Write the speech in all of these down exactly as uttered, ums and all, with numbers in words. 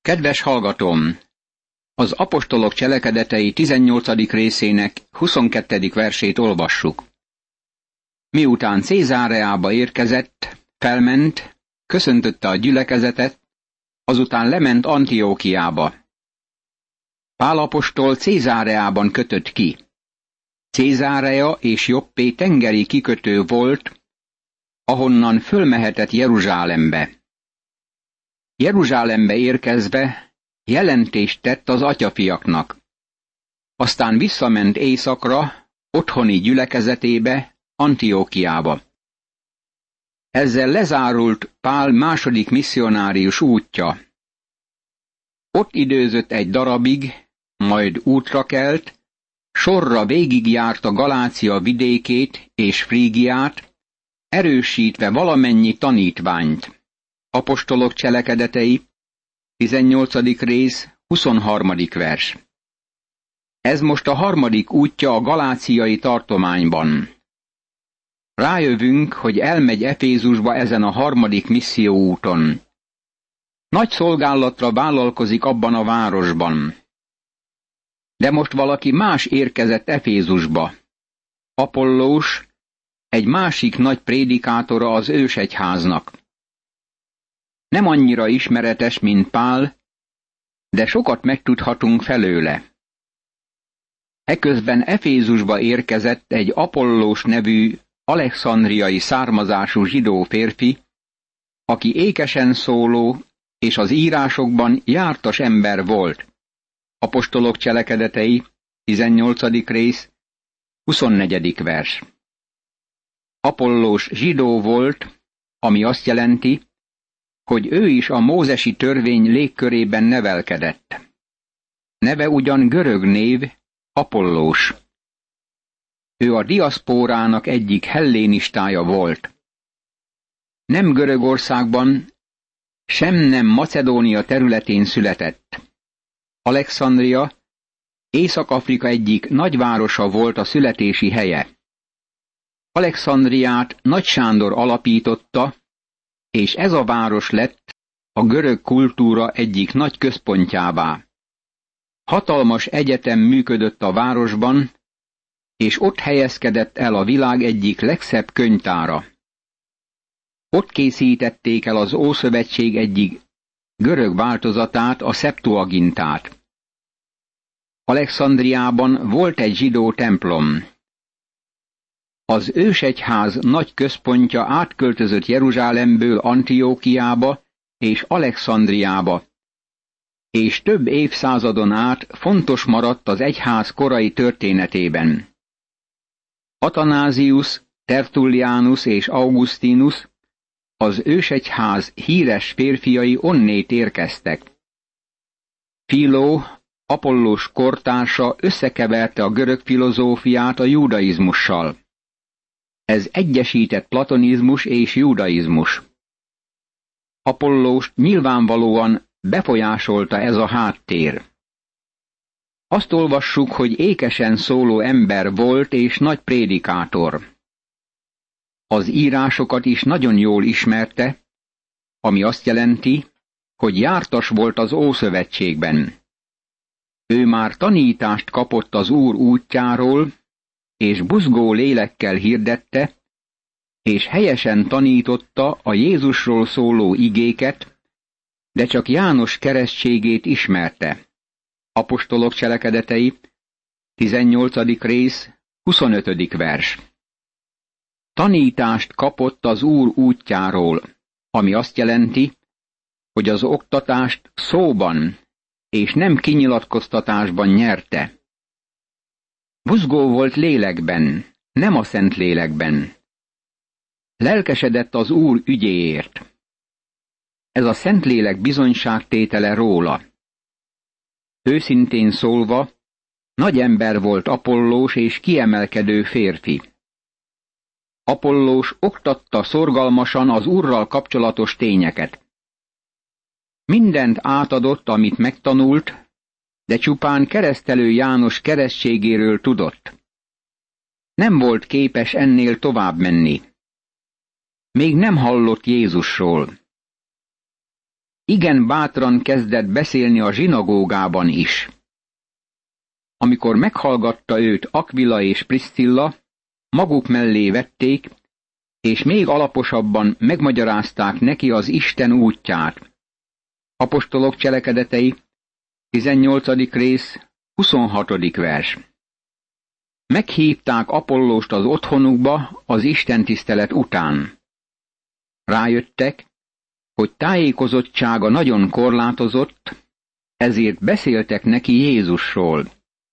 Kedves hallgatóm! Az apostolok cselekedetei tizennyolcadik részének huszonkettedik versét olvassuk. Miután Cézáreába érkezett, felment, köszöntötte a gyülekezetet, azután lement Antiókiába. Pál apostol Cézáreában kötött ki. Cézárea és Joppé tengeri kikötő volt, ahonnan fölmehetett Jeruzsálembe. Jeruzsálembe érkezve jelentést tett az atyafiaknak. Aztán visszament északra, otthoni gyülekezetébe, Antiókiába. Ezzel lezárult Pál második misszionárius útja. Ott időzött egy darabig, majd útra kelt, sorra végigjárta Galácia vidékét és Frígiát, erősítve valamennyi tanítványt. Apostolok cselekedetei, tizennyolcadik rész, huszonharmadik vers. Ez most a harmadik útja a galáciai tartományban. Rájövünk, hogy elmegy Efézusba ezen a harmadik misszióúton. Nagy szolgálatra vállalkozik abban a városban. De most valaki más érkezett Efézusba. Apollós, egy másik nagy prédikátora az ősegyháznak. Nem annyira ismeretes, mint Pál, de sokat megtudhatunk felőle. Eközben Efézusba érkezett egy Apollós nevű alexandriai származású zsidó férfi, aki ékesen szóló és az írásokban jártas ember volt. Apostolok cselekedetei, tizennyolcadik rész, huszonnegyedik vers. Apollós zsidó volt, ami azt jelenti, hogy ő is a mózesi törvény légkörében nevelkedett. Neve ugyan görög név, Apollós. Ő a diaszpórának egyik hellénistája volt. Nem Görögországban, sem nem Macedónia területén született. Alexandria, Észak-Afrika egyik nagyvárosa volt a születési helye. Alexandriát Nagy Sándor alapította, és ez a város lett a görög kultúra egyik nagy központjává. Hatalmas egyetem működött a városban, és ott helyezkedett el a világ egyik legszebb könyvtára. Ott készítették el az Ószövetség egyik görög változatát, a Septuagintát. Alexandriában volt egy zsidó templom. Az ősegyház nagy központja átköltözött Jeruzsálemből Antiókiába és Alexandriába, és több évszázadon át fontos maradt az egyház korai történetében. Athanásius, Tertullianus és Augustinus, az ősegyház híres férfiai onnét érkeztek. Philó, Apollós kortársa összekeverte a görög filozófiát a judaizmussal. Ez egyesített platonizmus és judaizmus. Apollóst nyilvánvalóan befolyásolta ez a háttér. Azt olvassuk, hogy ékesen szóló ember volt és nagy prédikátor. Az írásokat is nagyon jól ismerte, ami azt jelenti, hogy jártas volt az Ószövetségben. Ő már tanítást kapott az Úr útjáról, és buzgó lélekkel hirdette, és helyesen tanította a Jézusról szóló igéket, de csak János keresztségét ismerte. Apostolok cselekedetei, tizennyolcadik rész, huszonötödik vers. Tanítást kapott az Úr útjáról, ami azt jelenti, hogy az oktatást szóban és nem kinyilatkoztatásban nyerte. Buzgó volt lélekben, nem a szent lélekben. Lelkesedett az Úr ügyéért. Ez a Szentlélek bizonyságtétele róla. Őszintén szólva, nagy ember volt Apollós és kiemelkedő férfi. Apollós oktatta szorgalmasan az Úrral kapcsolatos tényeket. Mindent átadott, amit megtanult, de csupán Keresztelő János keresztségéről tudott. Nem volt képes ennél tovább menni. Még nem hallott Jézusról. igen bátran kezdett beszélni a zsinagógában is. Amikor meghallgatta őt Akvila és Priszcilla, maguk mellé vették, és még alaposabban megmagyarázták neki az Isten útját. Apostolok cselekedetei, tizennyolcadik rész, huszonhatodik vers. Meghívták Apollóst az otthonukba az istentisztelet után. Rájöttek, hogy tájékozottsága nagyon korlátozott, ezért beszéltek neki Jézusról.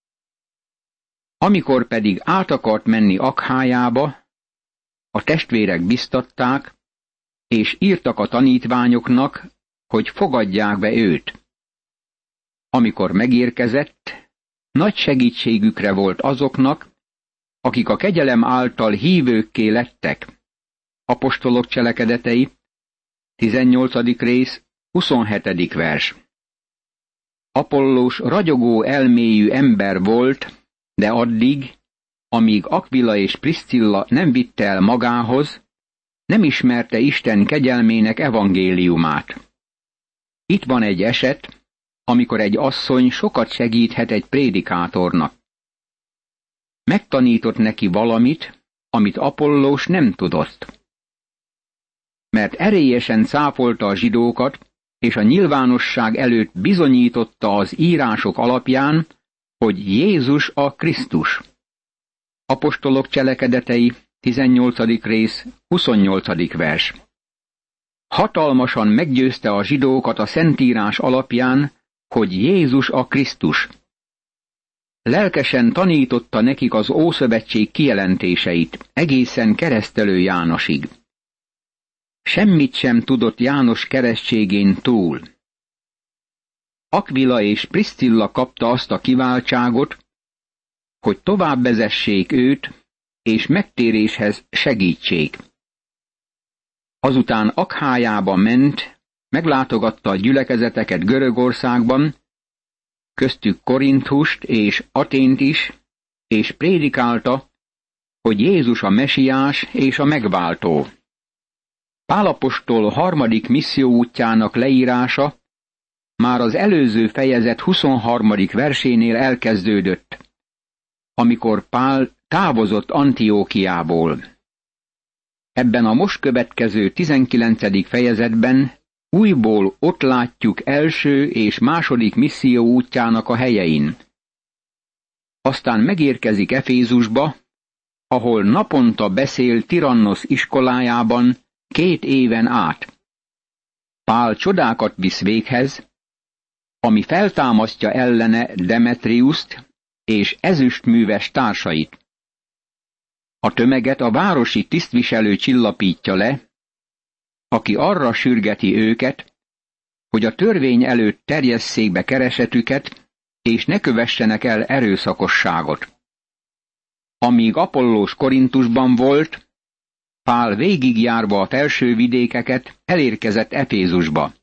Amikor pedig át akart menni Akhájába, a testvérek biztatták, és írtak a tanítványoknak, hogy fogadják be őt. Amikor megérkezett, nagy segítségükre volt azoknak, akik a kegyelem által hívőkké lettek. Apostolok cselekedetei, tizennyolcadik rész, huszonhetedik vers. Apollós ragyogó elméjű ember volt, de addig, amíg Akvila és Priszcilla nem vitte el magához, nem ismerte Isten kegyelmének evangéliumát. Itt van egy eset, amikor egy asszony sokat segíthet egy prédikátornak. Megtanított neki valamit, amit Apollós nem tudott. Mert erélyesen cáfolta a zsidókat, és a nyilvánosság előtt bizonyította az írások alapján, hogy Jézus a Krisztus. Apostolok cselekedetei, tizennyolcadik rész, huszonnyolcadik vers. Hatalmasan meggyőzte a zsidókat a Szentírás alapján, hogy Jézus a Krisztus. Lelkesen tanította nekik az Ószövetség kijelentéseit, egészen Keresztelő Jánosig. Semmit sem tudott János keresztségén túl. Akvila és Priszcilla kapta azt a kiváltságot, hogy tovább vezessék őt, és megtéréshez segítsék. Azután Akhájába ment, meglátogatta a gyülekezeteket Görögországban, köztük Korinthust és Atént is, és prédikálta, hogy Jézus a Mesiás és a megváltó. Pál apostol harmadik misszióútjának leírása már az előző fejezet huszonharmadik versénél elkezdődött, amikor Pál távozott Antiókiából. Ebben a most következő tizenkilencedik fejezetben újból ott látjuk első és második misszió útjának a helyein. Aztán megérkezik Efézusba, ahol naponta beszél Tirannosz iskolájában két éven át. Pál csodákat visz véghez, ami feltámasztja ellene Demetriuszt és ezüstműves társait. A tömeget a városi tisztviselő csillapítja le, aki arra sürgeti őket, hogy a törvény előtt terjesszék be keresetüket, és ne kövessenek el erőszakosságot. Amíg Apollós Korintusban volt, Pál végigjárva a felső vidékeket elérkezett Efézusba.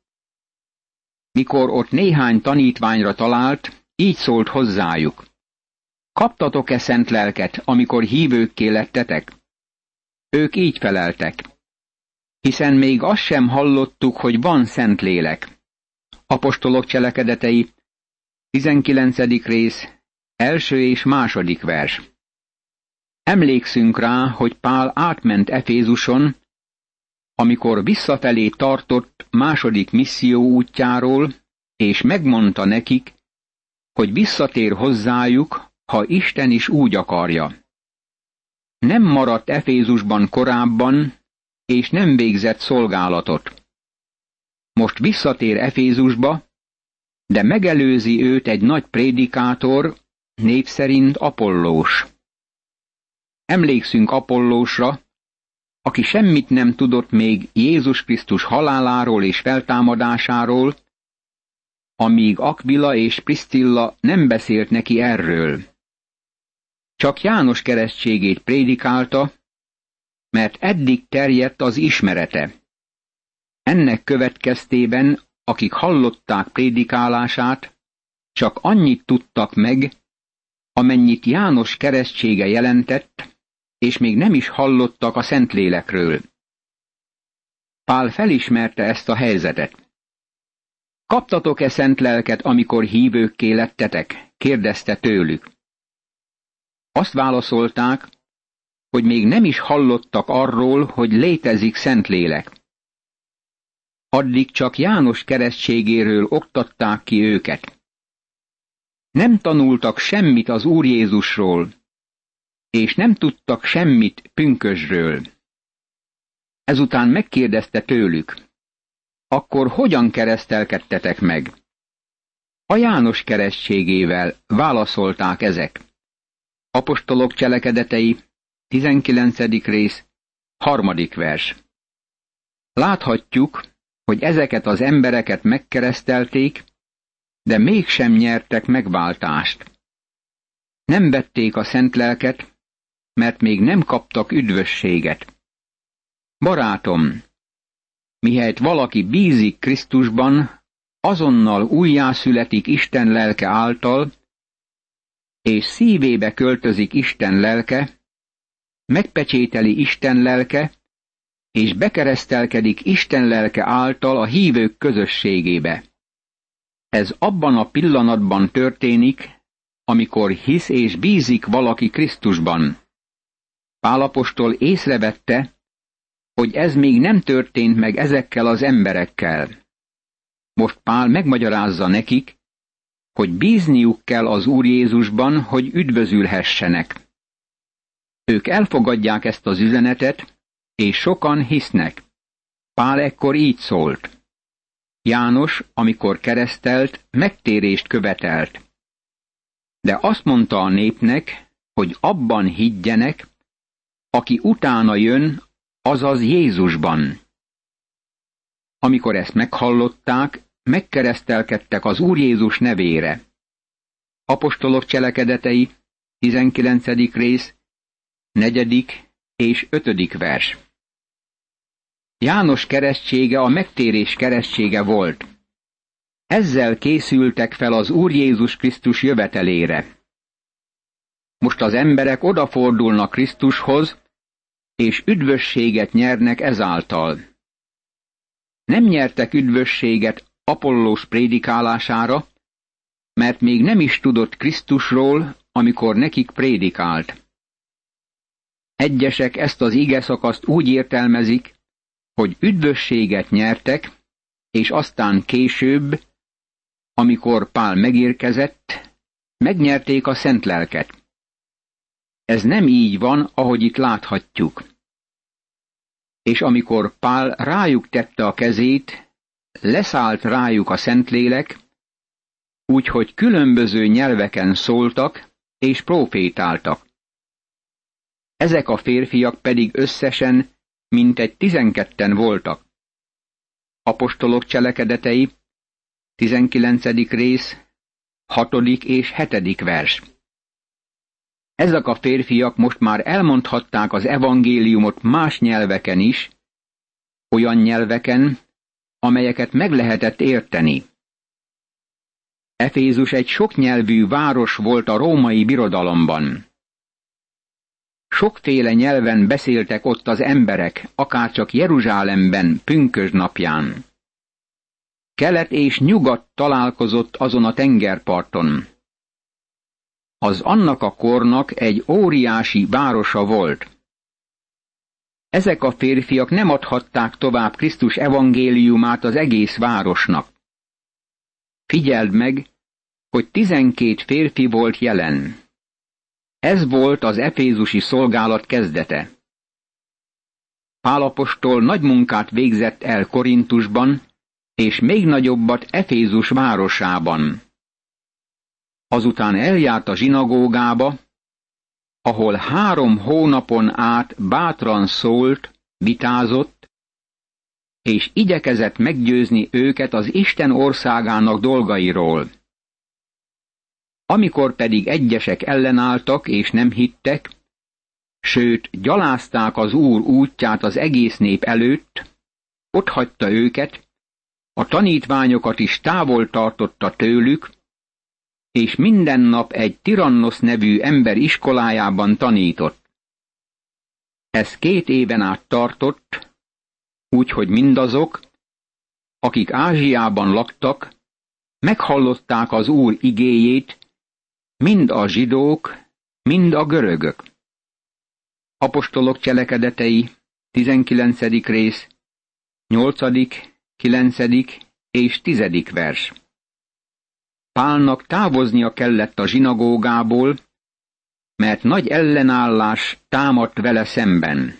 Mikor ott néhány tanítványra talált, így szólt hozzájuk. Kaptatok-e szent lelket, amikor hívőkké lettetek? Ők így feleltek. Hiszen még azt sem hallottuk, hogy van szent lélek. Apostolok cselekedetei, tizenkilencedik rész, első és második vers. Emlékszünk rá, hogy Pál átment Efézuson, amikor visszafelé tartott második misszió útjáról, és megmondta nekik, hogy visszatér hozzájuk, ha Isten is úgy akarja. Nem maradt Efézusban korábban, és nem végzett szolgálatot. Most visszatér Efézusba, de megelőzi őt egy nagy prédikátor, név szerint Apollós. Emlékszünk Apollósra, aki semmit nem tudott még Jézus Krisztus haláláról és feltámadásáról, amíg Akvila és Priszcilla nem beszélt neki erről. Csak János keresztségét prédikálta, mert eddig terjedt az ismerete. Ennek következtében, akik hallották prédikálását, csak annyit tudtak meg, amennyit János keresztsége jelentett, és még nem is hallottak a Szentlélekről. Pál felismerte ezt a helyzetet. Kaptatok-e szent lelket, amikor hívőkké lettetek? Kérdezte tőlük. Azt válaszolták, hogy még nem is hallottak arról, hogy létezik Szentlélek. Addig csak János keresztségéről oktatták ki őket. Nem tanultak semmit az Úr Jézusról, és nem tudtak semmit pünkösdről. Ezután megkérdezte tőlük, akkor hogyan keresztelkedtetek meg? A János keresztségével, válaszolták ezek. Apostolok cselekedetei, tizenkilencedik rész, harmadik vers. Láthatjuk, hogy ezeket az embereket megkeresztelték, de mégsem nyertek megváltást. Nem vették a szent lelket, mert még nem kaptak üdvösséget. Barátom, mihelyt valaki bízik Krisztusban, azonnal újjászületik Isten lelke által, és szívébe költözik Isten lelke, megpecsételi Isten lelke, és bekeresztelkedik Isten lelke által a hívők közösségébe. Ez abban a pillanatban történik, amikor hisz és bízik valaki Krisztusban. Pál apostol észrevette, hogy ez még nem történt meg ezekkel az emberekkel. Most Pál megmagyarázza nekik, hogy bízniuk kell az Úr Jézusban, hogy üdvözülhessenek. Ők elfogadják ezt az üzenetet, és sokan hisznek. Pál ekkor így szólt. János, amikor keresztelt, megtérést követelt. De azt mondta a népnek, hogy abban higgyenek, aki utána jön, azaz Jézusban. Amikor ezt meghallották, megkeresztelkedtek az Úr Jézus nevére. Apostolok cselekedetei, tizenkilencedik rész, negyedik és ötödik vers. János keresztsége a megtérés keresztsége volt. Ezzel készültek fel az Úr Jézus Krisztus jövetelére. Most az emberek odafordulnak Krisztushoz, és üdvösséget nyernek ezáltal. Nem nyertek üdvösséget Apollós prédikálására, mert még nem is tudott Krisztusról, amikor nekik prédikált. Egyesek ezt az igeszakaszt úgy értelmezik, hogy üdvösséget nyertek, és aztán később, amikor Pál megérkezett, megnyerték a szent lelket. Ez nem így van, ahogy itt láthatjuk. És amikor Pál rájuk tette a kezét, leszállt rájuk a Szentlélek, úgyhogy különböző nyelveken szóltak és prófétáltak. Ezek a férfiak pedig összesen mintegy tizenketten voltak. Apostolok cselekedetei, tizenkilencedik rész, hatodik és hetedik vers. Ezek a férfiak most már elmondhatták az evangéliumot más nyelveken is, olyan nyelveken, amelyeket meg lehetett érteni. Efézus egy soknyelvű város volt a római birodalomban. Sokféle nyelven beszéltek ott az emberek, akárcsak Jeruzsálemben pünkösd napján. Kelet és nyugat találkozott azon a tengerparton. Az annak a kornak egy óriási városa volt. Ezek a férfiak nem adhatták tovább Krisztus evangéliumát az egész városnak. Figyeld meg, hogy tizenkét férfi volt jelen. Ez volt az efézusi szolgálat kezdete. Pál apostol nagy munkát végzett el Korintusban, és még nagyobbat Efézus városában. Azután eljárt a zsinagógába, ahol három hónapon át bátran szólt, vitázott, és igyekezett meggyőzni őket az Isten országának dolgairól. Amikor pedig egyesek ellenálltak és nem hittek, sőt, gyalázták az Úr útját az egész nép előtt, otthagyta őket, a tanítványokat is távol tartotta tőlük, és minden nap egy Tirannosz nevű ember iskolájában tanított. Ez két éven át tartott, úgyhogy mindazok, akik Ázsiában laktak, meghallották az Úr igéjét, mind a zsidók, mind a görögök. Apostolok cselekedetei, tizenkilencedik rész, nyolcadik, kilencedik és tizedik vers. Pálnak távoznia kellett a zsinagógából, mert nagy ellenállás támadt vele szemben.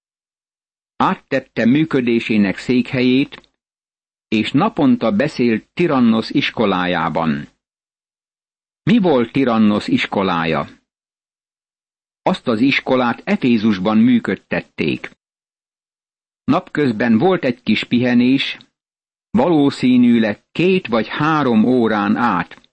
Áttette működésének székhelyét, és naponta beszélt Tirannosz iskolájában. Mi volt Tirannosz iskolája? Azt az iskolát Efézusban működtették. Napközben volt egy kis pihenés, valószínűleg két vagy három órán át.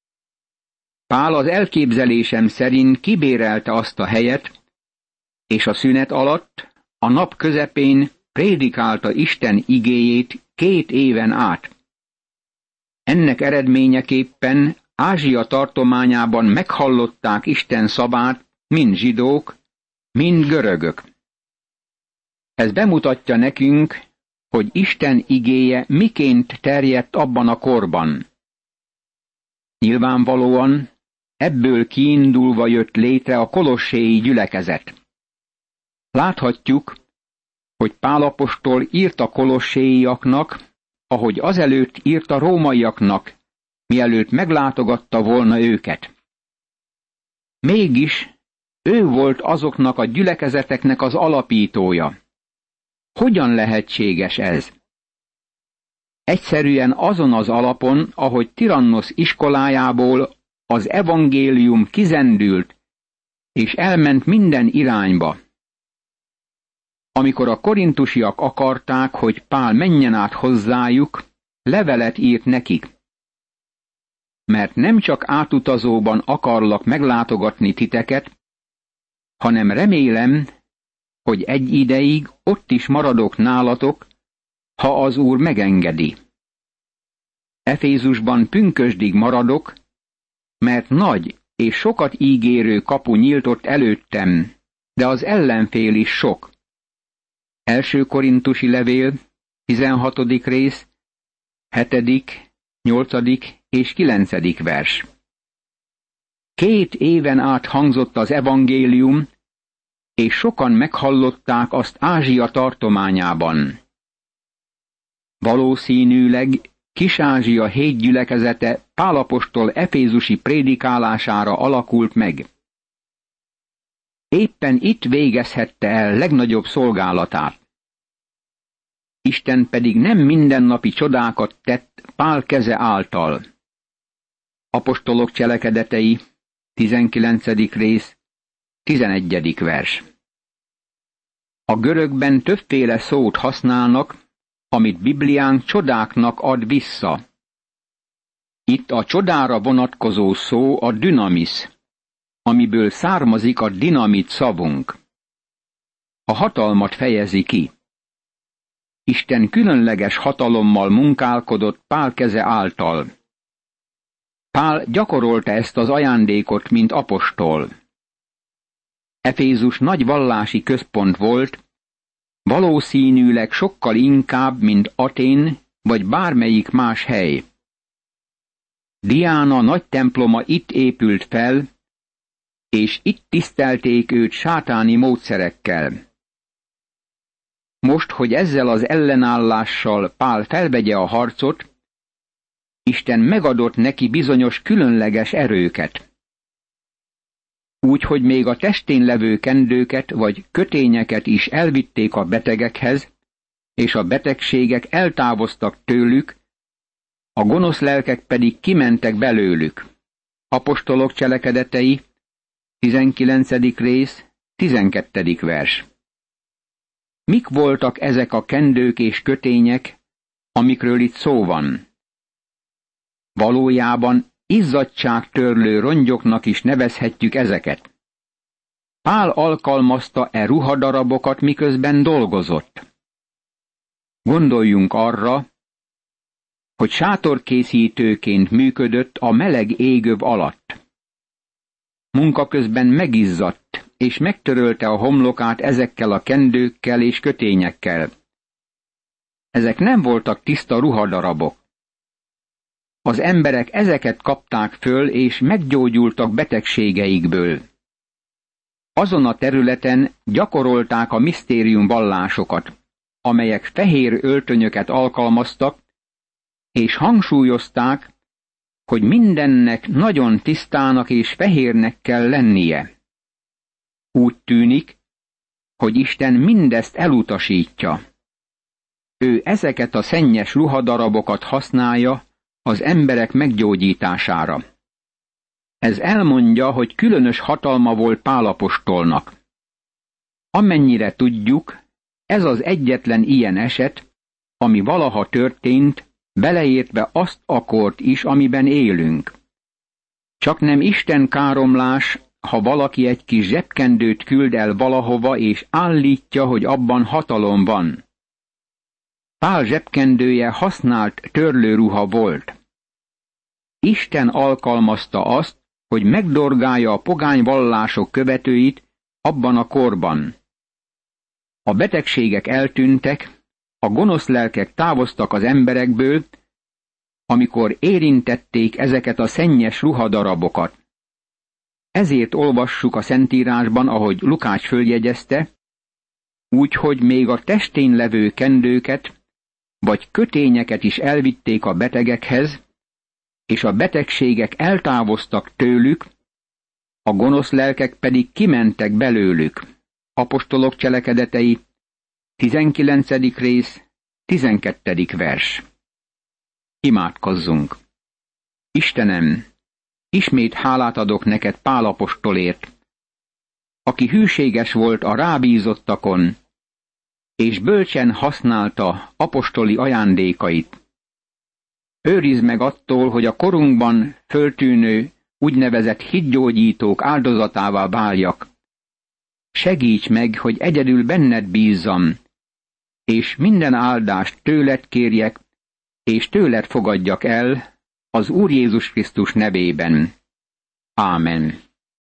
Pál az elképzelésem szerint kibérelte azt a helyet, és a szünet alatt, a nap közepén prédikálta Isten igéjét két éven át. Ennek eredményeképpen Ázsia tartományában meghallották Isten szavát mind zsidók, mind görögök. Ez bemutatja nekünk, hogy Isten igéje miként terjedt abban a korban. Nyilvánvalóan ebből kiindulva jött létre a kolosséi gyülekezet. Láthatjuk, hogy Pál apostol írt a kolosséiaknak, ahogy azelőtt írt a rómaiaknak, mielőtt meglátogatta volna őket. Mégis ő volt azoknak a gyülekezeteknek az alapítója. Hogyan lehetséges ez? Egyszerűen azon az alapon, ahogy Tirannosz iskolájából az evangélium kizendült, és elment minden irányba. Amikor a korintusiak akarták, hogy Pál menjen át hozzájuk, levelet írt nekik. Mert nem csak átutazóban akarlak meglátogatni titeket, hanem remélem, hogy egy ideig ott is maradok nálatok, ha az Úr megengedi. Efézusban pünkösdig maradok, mert nagy és sokat ígérő kapu nyílt ott előttem, de az ellenfél is sok. Első korintusi levél, tizenhatodik rész, hetedik, nyolcadik és kilencedik vers. Két éven át hangzott az evangélium, és sokan meghallották azt Ázsia tartományában. Valószínűleg Kis-Ázsia hét gyülekezete Pál apostol efézusi prédikálására alakult meg. Éppen itt végezhette el legnagyobb szolgálatát. Isten pedig nem mindennapi csodákat tett Pál keze által. Apostolok cselekedetei, tizenkilencedik rész, tizenegyedik vers. A görögben többféle szót használnak, amit Bibliánk csodáknak ad vissza. Itt a csodára vonatkozó szó a dünamis, amiből származik a dinamit szavunk. A hatalmat fejezi ki. Isten különleges hatalommal munkálkodott Pál keze által. Pál gyakorolta ezt az ajándékot, mint apostol. Efézus nagy vallási központ volt, valószínűleg sokkal inkább, mint Atén vagy bármelyik más hely. Diána nagy temploma itt épült fel, és itt tisztelték őt sátáni módszerekkel. Most, hogy ezzel az ellenállással Pál felvegye a harcot, Isten megadott neki bizonyos különleges erőket. Úgy, hogy még a testén levő kendőket vagy kötényeket is elvitték a betegekhez, és a betegségek eltávoztak tőlük, a gonosz lelkek pedig kimentek belőlük. Apostolok cselekedetei, tizenkilencedik rész, tizenkettedik vers. Mik voltak ezek a kendők és kötények, amikről itt szó van? Valójában izzadságtörlő rongyoknak is nevezhetjük ezeket. Pál alkalmazta e ruhadarabokat, miközben dolgozott. Gondoljunk arra, hogy sátorkészítőként működött a meleg égöv alatt. Munka közben megizzadt, és megtörölte a homlokát ezekkel a kendőkkel és kötényekkel. Ezek nem voltak tiszta ruhadarabok. Az emberek ezeket kapták föl, és meggyógyultak betegségeikből. Azon a területen gyakorolták a misztérium vallásokat, amelyek fehér öltönyöket alkalmaztak, és hangsúlyozták, hogy mindennek nagyon tisztának és fehérnek kell lennie. Úgy tűnik, hogy Isten mindezt elutasítja. Ő ezeket a szennyes ruhadarabokat használja az emberek meggyógyítására. Ez elmondja, hogy különös hatalma volt Pál apostolnak. Amennyire tudjuk, ez az egyetlen ilyen eset, ami valaha történt, beleértve azt a kort is, amiben élünk. Csak nem Isten káromlás, ha valaki egy kis zsebkendőt küld el valahova, és állítja, hogy abban hatalom van. Pál zsebkendője használt törlőruha volt. Isten alkalmazta azt, hogy megdorgálja a pogány vallások követőit abban a korban. A betegségek eltűntek, a gonosz lelkek távoztak az emberekből, amikor érintették ezeket a szennyes ruhadarabokat. Ezért olvassuk a Szentírásban, ahogy Lukács följegyezte, úgyhogy még a testén levő kendőket vagy kötényeket is elvitték a betegekhez, és a betegségek eltávoztak tőlük, a gonosz lelkek pedig kimentek belőlük. Apostolok cselekedetei, tizenkilencedik rész, tizenkettedik vers. Imádkozzunk! Istenem, ismét hálát adok neked Pál apostolért, aki hűséges volt a rábízottakon, és bölcsen használta apostoli ajándékait. Őrizd meg attól, hogy a korunkban föltűnő úgynevezett hitgyógyítók áldozatává váljak. Segíts meg, hogy egyedül benned bízzam, és minden áldást tőled kérjek, és tőled fogadjak el az Úr Jézus Krisztus nevében. Ámen.